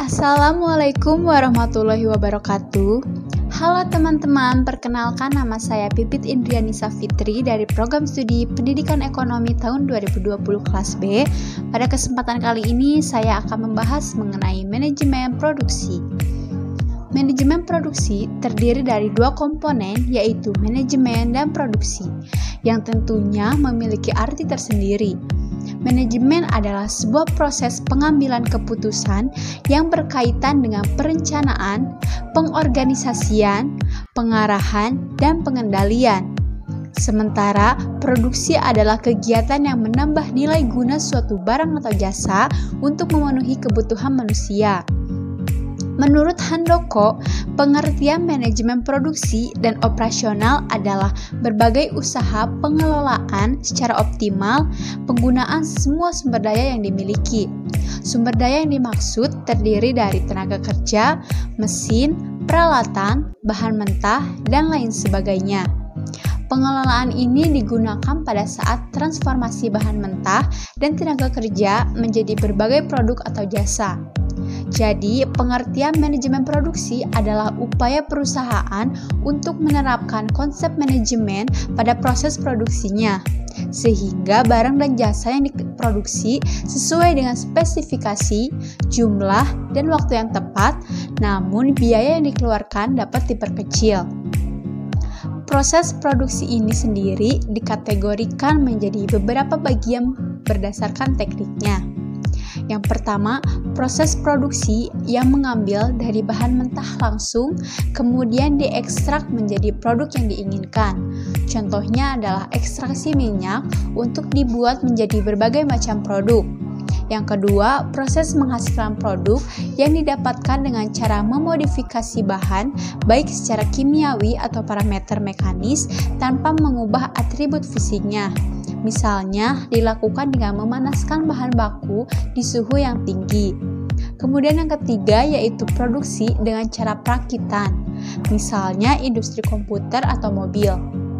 Assalamualaikum warahmatullahi wabarakatuh. Halo teman-teman, perkenalkan nama saya Pipit Indrianisa Fitri dari Program Studi Pendidikan Ekonomi tahun 2020 kelas B. Pada kesempatan kali ini saya akan membahas mengenai manajemen produksi. Manajemen produksi terdiri dari dua komponen, yaitu manajemen dan produksi, yang tentunya memiliki arti tersendiri. Manajemen adalah sebuah proses pengambilan keputusan yang berkaitan dengan perencanaan, pengorganisasian, pengarahan, dan pengendalian. Sementara produksi adalah kegiatan yang menambah nilai guna suatu barang atau jasa untuk memenuhi kebutuhan manusia. Menurut Handoko, pengertian manajemen produksi dan operasional adalah berbagai usaha pengelolaan secara optimal penggunaan semua sumber daya yang dimiliki. Sumber daya yang dimaksud terdiri dari tenaga kerja, mesin, peralatan, bahan mentah, dan lain sebagainya. Pengelolaan ini digunakan pada saat transformasi bahan mentah dan tenaga kerja menjadi berbagai produk atau jasa. Jadi, pengertian manajemen produksi adalah upaya perusahaan untuk menerapkan konsep manajemen pada proses produksinya, sehingga barang dan jasa yang diproduksi sesuai dengan spesifikasi, jumlah, dan waktu yang tepat, namun biaya yang dikeluarkan dapat diperkecil. Proses produksi ini sendiri dikategorikan menjadi beberapa bagian berdasarkan tekniknya. Yang pertama, proses produksi yang mengambil dari bahan mentah langsung, kemudian diekstrak menjadi produk yang diinginkan. Contohnya adalah ekstraksi minyak untuk dibuat menjadi berbagai macam produk. Yang kedua, proses menghasilkan produk yang didapatkan dengan cara memodifikasi bahan, baik secara kimiawi atau parameter mekanis, tanpa mengubah atribut fisiknya. Misalnya, dilakukan dengan memanaskan bahan baku di suhu yang tinggi. Kemudian yang ketiga yaitu produksi dengan cara perakitan, misalnya industri komputer atau mobil.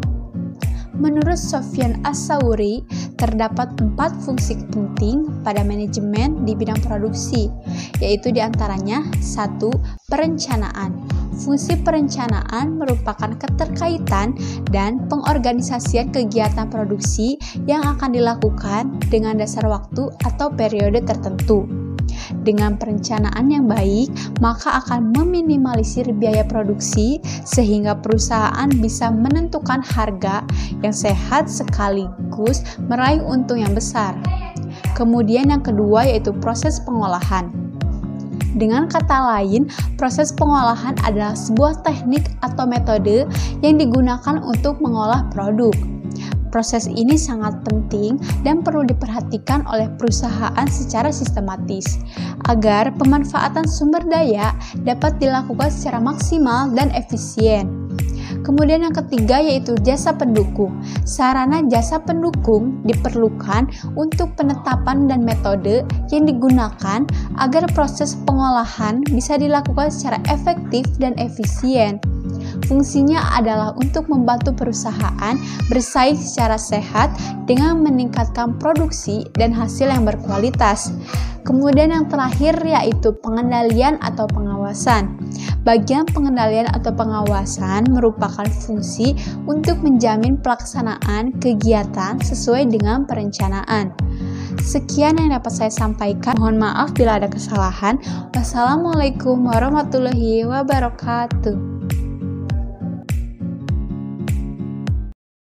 Menurut Sofyan As-Sauri, terdapat 4 fungsi penting pada manajemen di bidang produksi, yaitu diantaranya 1. Perencanaan. Fungsi perencanaan merupakan keterkaitan dan pengorganisasian kegiatan produksi yang akan dilakukan dengan dasar waktu atau periode tertentu. Dengan perencanaan yang baik, maka akan meminimalisir biaya produksi sehingga perusahaan bisa menentukan harga yang sehat sekaligus meraih untung yang besar. Kemudian yang kedua yaitu proses pengolahan. Dengan kata lain, proses pengolahan adalah sebuah teknik atau metode yang digunakan untuk mengolah produk. Proses ini sangat penting dan perlu diperhatikan oleh perusahaan secara sistematis, agar pemanfaatan sumber daya dapat dilakukan secara maksimal dan efisien. Kemudian yang ketiga yaitu jasa pendukung. Sarana jasa pendukung diperlukan untuk penetapan dan metode yang digunakan agar proses pengolahan bisa dilakukan secara efektif dan efisien. Fungsinya adalah untuk membantu perusahaan bersaing secara sehat dengan meningkatkan produksi dan hasil yang berkualitas. Kemudian yang terakhir yaitu pengendalian atau pengawasan. Bagian pengendalian atau pengawasan merupakan fungsi untuk menjamin pelaksanaan kegiatan sesuai dengan perencanaan. Sekian yang dapat saya sampaikan. Mohon maaf bila ada kesalahan. Wassalamualaikum warahmatullahi wabarakatuh.